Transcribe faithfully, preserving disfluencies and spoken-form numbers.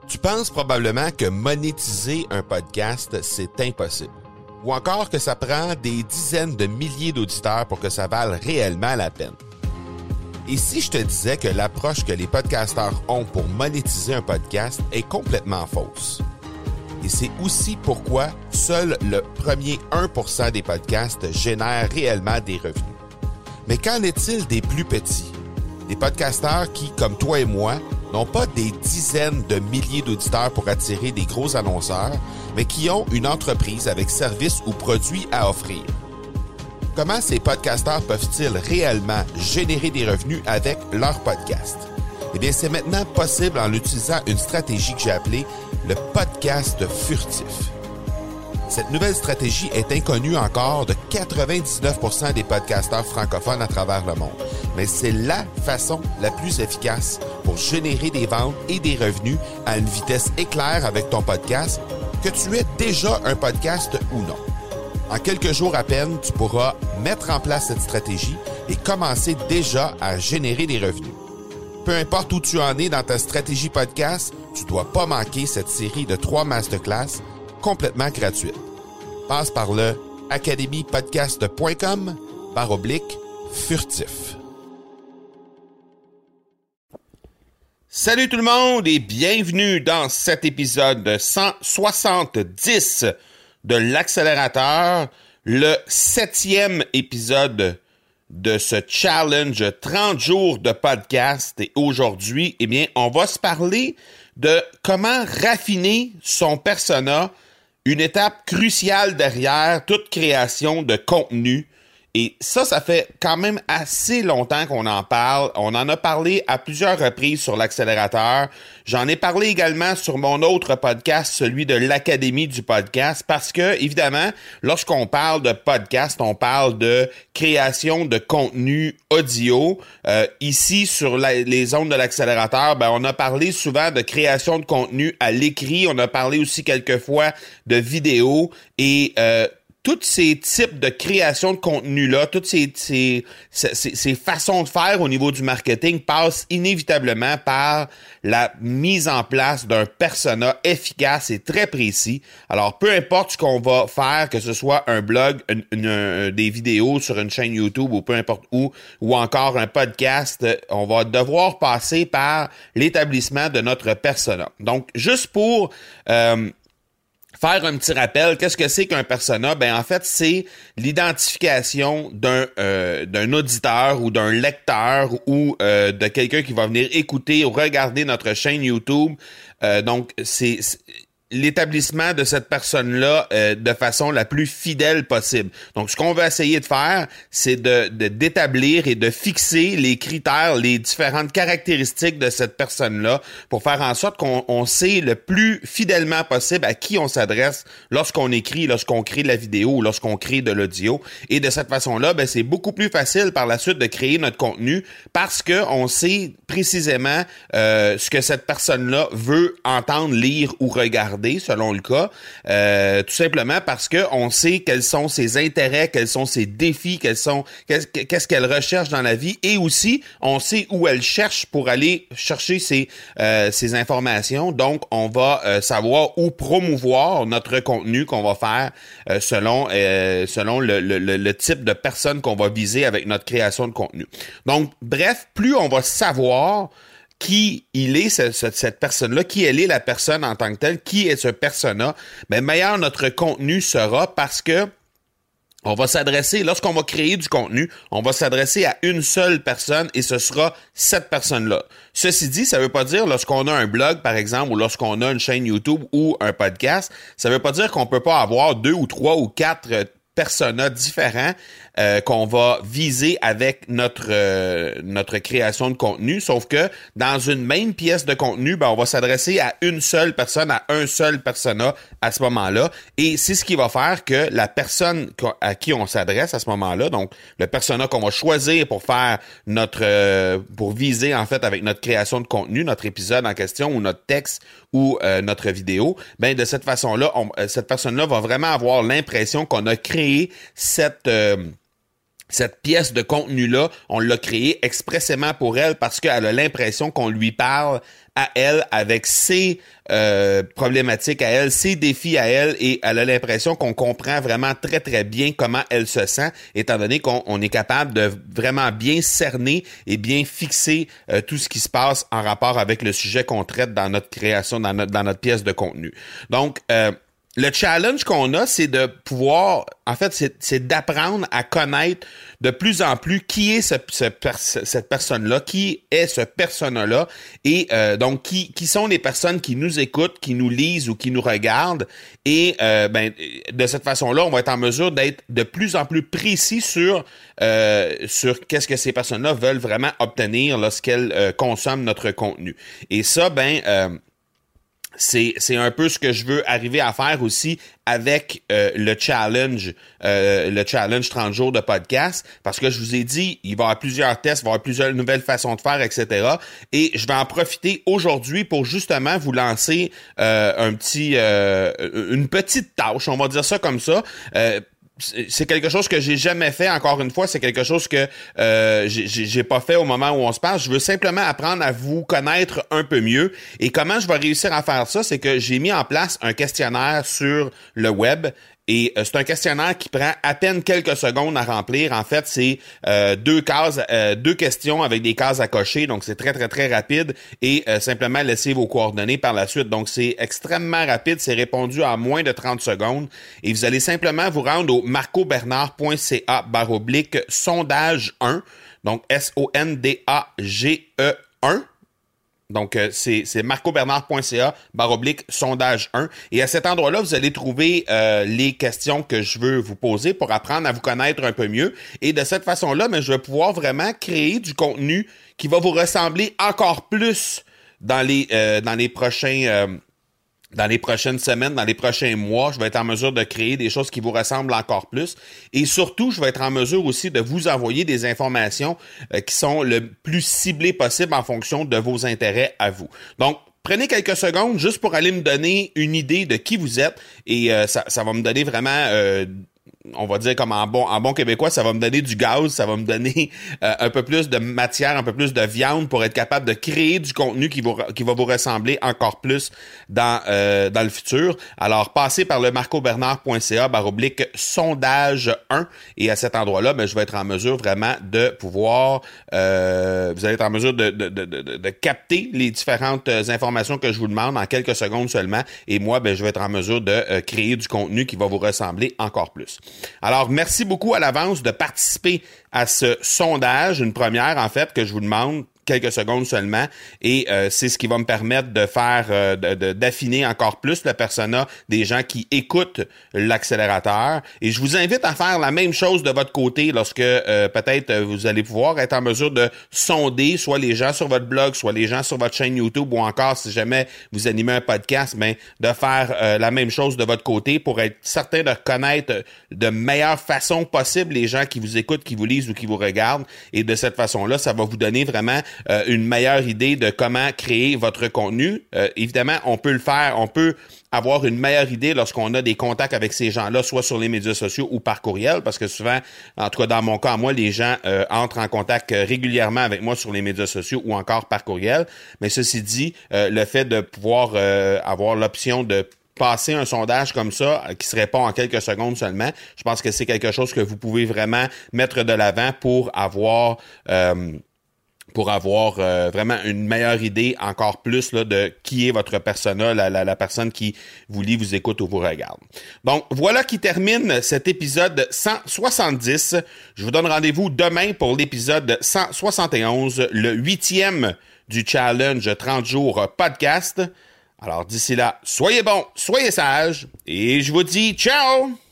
Tu penses probablement que monétiser un podcast, c'est impossible. Ou encore que ça prend des dizaines de milliers d'auditeurs pour que ça vale réellement la peine. Et si je te disais que l'approche que les podcasteurs ont pour monétiser un podcast est complètement fausse? Et c'est aussi pourquoi seul le premier un pour cent des podcasts génèrent réellement des revenus. Mais qu'en est-il des plus petits? Des podcasteurs qui, comme toi et moi, n'ont pas des dizaines de milliers d'auditeurs pour attirer des gros annonceurs, mais qui ont une entreprise avec services ou produits à offrir. Comment ces podcasteurs peuvent-ils réellement générer des revenus avec leur podcast? Eh bien, c'est maintenant possible en utilisant une stratégie que j'ai appelée le podcast furtif. Cette nouvelle stratégie est inconnue encore de quatre-vingt-dix-neuf pour cent des podcasteurs francophones à travers le monde. Mais c'est la façon la plus efficace pour générer des ventes et des revenus à une vitesse éclair avec ton podcast, que tu aies déjà un podcast ou non. En quelques jours à peine, tu pourras mettre en place cette stratégie et commencer déjà à générer des revenus. Peu importe où tu en es dans ta stratégie podcast, tu ne dois pas manquer cette série de trois masterclass complètement gratuite. Passe par le academy podcast point com barre oblique furtif. Salut tout le monde et bienvenue dans cet épisode cent soixante-dix de l'accélérateur, le septième épisode de ce challenge trente jours de podcast. Et aujourd'hui, eh bien, on va se parler de comment raffiner son persona, une étape cruciale derrière toute création de contenu. Et ça, ça fait quand même assez longtemps qu'on en parle. On en a parlé à plusieurs reprises sur l'accélérateur. J'en ai parlé également sur mon autre podcast, celui de l'Académie du podcast, parce que, évidemment, lorsqu'on parle de podcast, on parle de création de contenu audio. Euh, ici, sur la, les ondes de l'accélérateur, ben, on a parlé souvent de création de contenu à l'écrit. On a parlé aussi quelquefois de vidéo et euh, tous ces types de création de contenu-là, toutes ces, ces, ces, ces façons de faire au niveau du marketing passent inévitablement par la mise en place d'un persona efficace et très précis. Alors, peu importe ce qu'on va faire, que ce soit un blog, une, une, une, des vidéos sur une chaîne YouTube ou peu importe où, ou encore un podcast, on va devoir passer par l'établissement de notre persona. Donc, juste pour Euh, faire un petit rappel, qu'est-ce que c'est qu'un persona? Ben en fait, c'est l'identification d'un euh, d'un auditeur ou d'un lecteur ou euh, de quelqu'un qui va venir écouter ou regarder notre chaîne YouTube. Euh, donc, c'est, c'est l'établissement de cette personne-là euh, de façon la plus fidèle possible. Donc, ce qu'on va essayer de faire, c'est de, de d'établir et de fixer les critères, les différentes caractéristiques de cette personne-là pour faire en sorte qu'on on sait le plus fidèlement possible à qui on s'adresse lorsqu'on écrit, lorsqu'on crée de la vidéo ou lorsqu'on crée de l'audio. Et de cette façon-là, ben, c'est beaucoup plus facile par la suite de créer notre contenu parce que on sait précisément euh, ce que cette personne-là veut entendre, lire ou regarder selon le cas, euh, tout simplement parce que on sait quels sont ses intérêts, quels sont ses défis, quels sont qu'est-ce, qu'est-ce qu'elle recherche dans la vie et aussi on sait où elle cherche pour aller chercher ses, euh, ses informations. Donc, on va euh, savoir où promouvoir notre contenu qu'on va faire euh, selon euh, selon le, le, le type de personne qu'on va viser avec notre création de contenu. Donc, bref, plus on va savoir qui il est, ce, ce, cette personne-là, qui elle est la personne en tant que telle, qui est ce persona, ben meilleur notre contenu sera parce que on va s'adresser, lorsqu'on va créer du contenu, on va s'adresser à une seule personne et ce sera cette personne-là. Ceci dit, ça veut pas dire lorsqu'on a un blog, par exemple, ou lorsqu'on a une chaîne YouTube ou un podcast, ça veut pas dire qu'on peut pas avoir deux ou trois ou quatre euh, personas différents euh, qu'on va viser avec notre euh, notre création de contenu, sauf que dans une même pièce de contenu, ben on va s'adresser à une seule personne, à un seul persona à ce moment-là, et c'est ce qui va faire que la personne à qui on s'adresse à ce moment-là, donc le persona qu'on va choisir pour faire notre euh, pour viser en fait avec notre création de contenu, notre épisode en question ou notre texte ou euh, notre vidéo, ben de cette façon-là, on, cette personne-là va vraiment avoir l'impression qu'on a créé cette euh, Cette pièce de contenu-là, on l'a créée expressément pour elle parce qu'elle a l'impression qu'on lui parle à elle avec ses euh, problématiques à elle, ses défis à elle, et elle a l'impression qu'on comprend vraiment très très bien comment elle se sent, étant donné qu'on on est capable de vraiment bien cerner et bien fixer euh, tout ce qui se passe en rapport avec le sujet qu'on traite dans notre création, dans notre, dans notre pièce de contenu. Donc, euh, le challenge qu'on a, c'est de pouvoir, en fait, c'est, c'est d'apprendre à connaître de plus en plus qui est ce, ce cette personne-là, qui est ce persona-là, et euh, donc qui, qui sont les personnes qui nous écoutent, qui nous lisent ou qui nous regardent. Et euh, ben, de cette façon-là, on va être en mesure d'être de plus en plus précis sur euh, sur qu'est-ce que ces personnes-là veulent vraiment obtenir lorsqu'elles euh, consomment notre contenu. Et ça, ben euh, C'est, c'est un peu ce que je veux arriver à faire aussi avec euh, le challenge, euh, le challenge trente jours de podcast, parce que je vous ai dit, il va y avoir plusieurs tests, il va y avoir plusieurs nouvelles façons de faire, et cetera. Et je vais en profiter aujourd'hui pour justement vous lancer euh, un petit, euh, une petite tâche, on va dire ça comme ça. Euh, C'est quelque chose que j'ai jamais fait, encore une fois, c'est quelque chose que euh, j'ai, j'ai pas fait au moment où on se parle. Je veux simplement apprendre à vous connaître un peu mieux. Et comment je vais réussir à faire ça, c'est que j'ai mis en place un questionnaire sur le web. Et euh, c'est un questionnaire qui prend à peine quelques secondes à remplir. En fait, c'est euh, deux cases, euh, deux questions avec des cases à cocher. Donc, c'est très, très, très rapide. Et euh, simplement laisser vos coordonnées par la suite. Donc, c'est extrêmement rapide. C'est répondu en moins de trente secondes. Et vous allez simplement vous rendre au marcobernard.ca barre oblique sondage un. Donc, S O N D A G E un. Donc, euh, c'est, c'est marcobernard.ca barre oblique sondage un. Et à cet endroit-là, vous allez trouver euh, les questions que je veux vous poser pour apprendre à vous connaître un peu mieux. Et de cette façon-là, mais je vais pouvoir vraiment créer du contenu qui va vous ressembler encore plus dans les, euh, dans les prochains... Euh, Dans les prochaines semaines, dans les prochains mois, je vais être en mesure de créer des choses qui vous ressemblent encore plus. Et surtout, je vais être en mesure aussi de vous envoyer des informations euh, qui sont le plus ciblées possible en fonction de vos intérêts à vous. Donc, prenez quelques secondes juste pour aller me donner une idée de qui vous êtes et euh, ça, ça va me donner vraiment... Euh, on va dire comme en bon en bon québécois, ça va me donner du gaz, ça va me donner euh, un peu plus de matière, un peu plus de viande pour être capable de créer du contenu qui, vous, qui va vous ressembler encore plus dans euh, dans le futur. Alors, passez par le marcobernard.ca barre oblique sondage un et à cet endroit-là, ben, je vais être en mesure vraiment de pouvoir, euh, vous allez être en mesure de, de, de, de, de capter les différentes informations que je vous demande en quelques secondes seulement et moi, ben, je vais être en mesure de euh, créer du contenu qui va vous ressembler encore plus. Alors, merci beaucoup à l'avance de participer à ce sondage, une première en fait, que je vous demande quelques secondes seulement et euh, c'est ce qui va me permettre de faire euh, de, de, d'affiner encore plus le persona des gens qui écoutent l'accélérateur et je vous invite à faire la même chose de votre côté lorsque euh, peut-être vous allez pouvoir être en mesure de sonder soit les gens sur votre blog, soit les gens sur votre chaîne YouTube ou encore si jamais vous animez un podcast, ben de faire euh, la même chose de votre côté pour être certain de connaître de meilleure façon possible les gens qui vous écoutent, qui vous lisent ou qui vous regardent et de cette façon-là, ça va vous donner vraiment Euh, une meilleure idée de comment créer votre contenu. Euh, évidemment, on peut le faire, on peut avoir une meilleure idée lorsqu'on a des contacts avec ces gens-là, soit sur les médias sociaux ou par courriel, parce que souvent, en tout cas dans mon cas, moi, les gens euh, entrent en contact régulièrement avec moi sur les médias sociaux ou encore par courriel. Mais ceci dit, euh, le fait de pouvoir euh, avoir l'option de passer un sondage comme ça, qui se répond en quelques secondes seulement, je pense que c'est quelque chose que vous pouvez vraiment mettre de l'avant pour avoir... Euh, pour avoir euh, vraiment une meilleure idée encore plus là, de qui est votre persona, la, la, la personne qui vous lit, vous écoute ou vous regarde. Donc, voilà qui termine cet épisode cent soixante-dix. Je vous donne rendez-vous demain pour l'épisode cent soixante et onze, le huitième du challenge trente jours podcast. Alors, d'ici là, soyez bons, soyez sages, et je vous dis ciao!